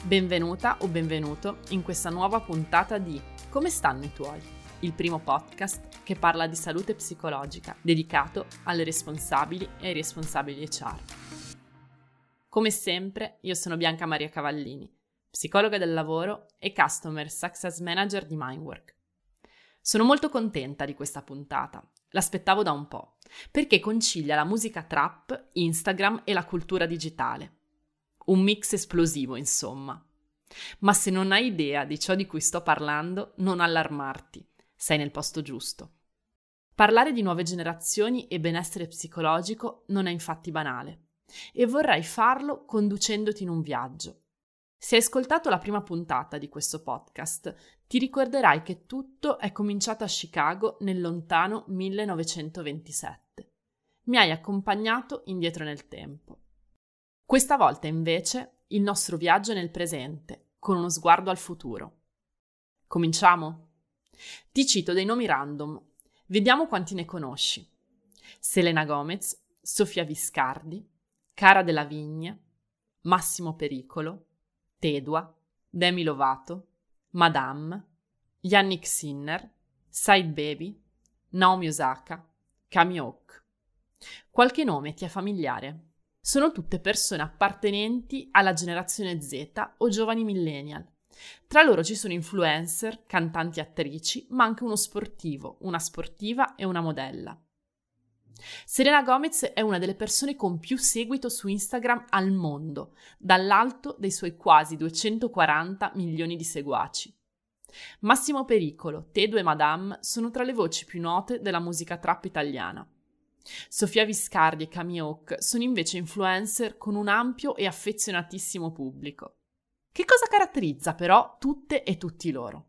Benvenuta o benvenuto in questa nuova puntata di Come stanno i tuoi? Il primo podcast che parla di salute psicologica, dedicato alle responsabili e ai responsabili HR. Come sempre, io sono Bianca Maria Cavallini, psicologa del lavoro e Customer Success Manager di Mindwork. Sono molto contenta di questa puntata, l'aspettavo da un po', perché concilia la musica trap, Instagram e la cultura digitale. Un mix esplosivo, insomma. Ma se non hai idea di ciò di cui sto parlando, non allarmarti, sei nel posto giusto. Parlare di nuove generazioni e benessere psicologico non è infatti banale, e vorrei farlo conducendoti in un viaggio. Se hai ascoltato la prima puntata di questo podcast, ti ricorderai che tutto è cominciato a Chicago nel lontano 1927. Mi hai accompagnato indietro nel tempo. Questa volta invece il nostro viaggio è nel presente, con uno sguardo al futuro. Cominciamo? Ti cito dei nomi random, vediamo quanti ne conosci. Selena Gomez, Sofia Viscardi, Cara Delevingne, Massimo Pericolo, Tedua, Demi Lovato, Madame, Yannick Sinner, Side Baby, Naomi Osaka, Kami Oak. Qualche nome ti è familiare? Sono tutte persone appartenenti alla generazione Z o giovani millennial. Tra loro ci sono influencer, cantanti e attrici, ma anche uno sportivo, una sportiva e una modella. Selena Gomez è una delle persone con più seguito su Instagram al mondo, dall'alto dei suoi quasi 240 milioni di seguaci. Massimo Pericolo, Tedua e Madame sono tra le voci più note della musica trap italiana. Sofia Viscardi e Kami Oak sono invece influencer con un ampio e affezionatissimo pubblico. Che cosa caratterizza però tutte e tutti loro?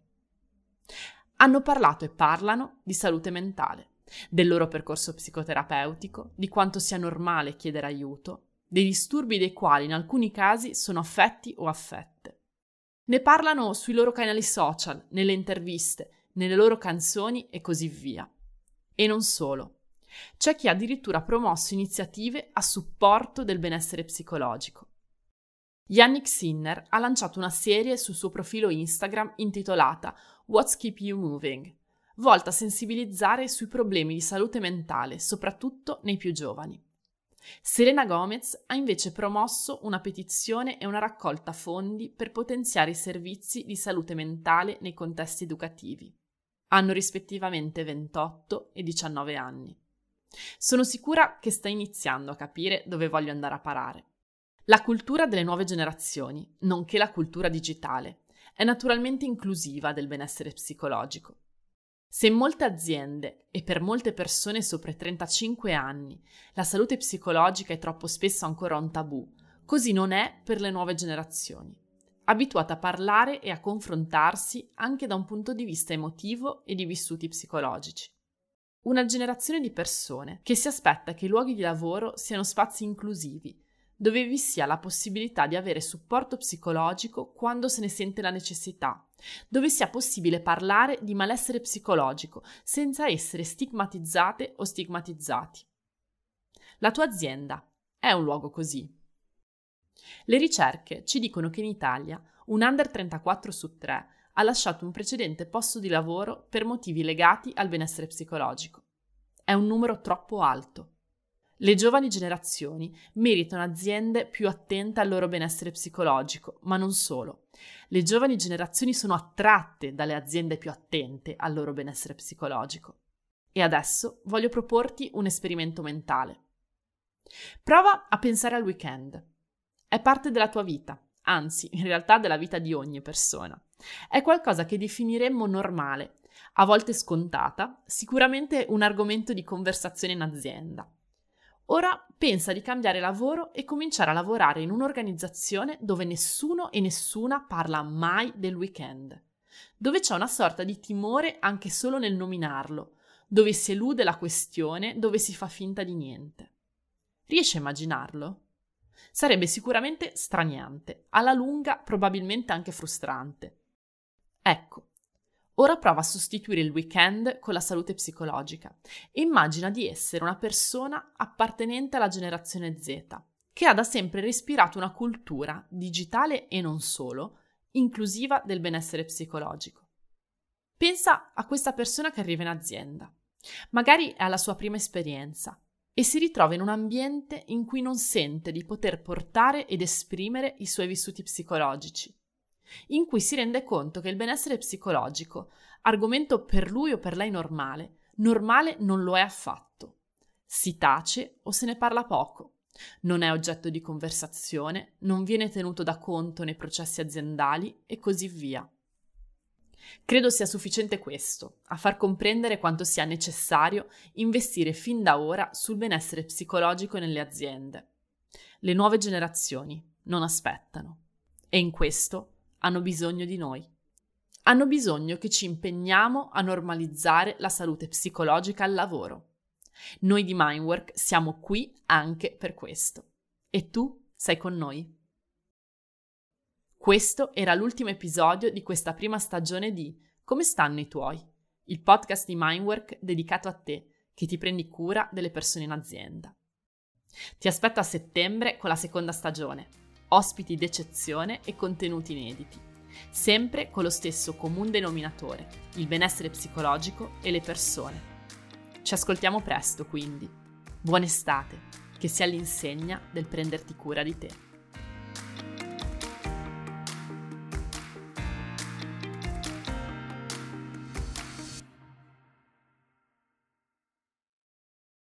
Hanno parlato e parlano di salute mentale, del loro percorso psicoterapeutico, di quanto sia normale chiedere aiuto, dei disturbi dei quali in alcuni casi sono affetti o affette. Ne parlano sui loro canali social, nelle interviste, nelle loro canzoni e così via. E non solo. C'è chi ha addirittura promosso iniziative a supporto del benessere psicologico. Yannick Sinner ha lanciato una serie sul suo profilo Instagram intitolata What's Keep You Moving, volta a sensibilizzare sui problemi di salute mentale, soprattutto nei più giovani. Selena Gomez ha invece promosso una petizione e una raccolta fondi per potenziare i servizi di salute mentale nei contesti educativi. Hanno rispettivamente 28 e 19 anni. Sono sicura che stai iniziando a capire dove voglio andare a parare. La cultura delle nuove generazioni, nonché la cultura digitale, è naturalmente inclusiva del benessere psicologico. Se in molte aziende e per molte persone sopra i 35 anni la salute psicologica è troppo spesso ancora un tabù, così non è per le nuove generazioni, abituate a parlare e a confrontarsi anche da un punto di vista emotivo e di vissuti psicologici. Una generazione di persone che si aspetta che i luoghi di lavoro siano spazi inclusivi, dove vi sia la possibilità di avere supporto psicologico quando se ne sente la necessità, dove sia possibile parlare di malessere psicologico senza essere stigmatizzate o stigmatizzati. La tua azienda è un luogo così? Le ricerche ci dicono che in Italia un under 34 su 3 ha lasciato un precedente posto di lavoro per motivi legati al benessere psicologico. È un numero troppo alto. Le giovani generazioni meritano aziende più attente al loro benessere psicologico, ma non solo. Le giovani generazioni sono attratte dalle aziende più attente al loro benessere psicologico. E adesso voglio proporti un esperimento mentale. Prova a pensare al weekend. È parte della tua vita, anzi, in realtà della vita di ogni persona. È qualcosa che definiremmo normale, a volte scontata, sicuramente un argomento di conversazione in azienda. Ora pensa di cambiare lavoro e cominciare a lavorare in un'organizzazione dove nessuno e nessuna parla mai del weekend, dove c'è una sorta di timore anche solo nel nominarlo, dove si elude la questione, dove si fa finta di niente. Riesci a immaginarlo? Sarebbe sicuramente straniante, alla lunga probabilmente anche frustrante. Ecco, ora prova a sostituire il weekend con la salute psicologica e immagina di essere una persona appartenente alla generazione Z, che ha da sempre respirato una cultura, digitale e non solo, inclusiva del benessere psicologico. Pensa a questa persona che arriva in azienda. Magari è alla sua prima esperienza e si ritrova in un ambiente in cui non sente di poter portare ed esprimere i suoi vissuti psicologici, in cui si rende conto che il benessere psicologico, argomento per lui o per lei normale non lo è affatto. Si tace o se ne parla poco. Non è oggetto di conversazione, non viene tenuto da conto nei processi aziendali e così via. Credo sia sufficiente questo a far comprendere quanto sia necessario investire fin da ora sul benessere psicologico nelle aziende. Le nuove generazioni non aspettano e in questo hanno bisogno di noi. Hanno bisogno che ci impegniamo a normalizzare la salute psicologica al lavoro. Noi di Mindwork siamo qui anche per questo. E tu sei con noi? Questo era l'ultimo episodio di questa prima stagione di Come stanno i tuoi? Il podcast di Mindwork dedicato a te, che ti prendi cura delle persone in azienda. Ti aspetto a settembre con la seconda stagione, ospiti d'eccezione e contenuti inediti, sempre con lo stesso comune denominatore, il benessere psicologico e le persone. Ci ascoltiamo presto, quindi. Buona estate, che sia all'insegna del prenderti cura di te.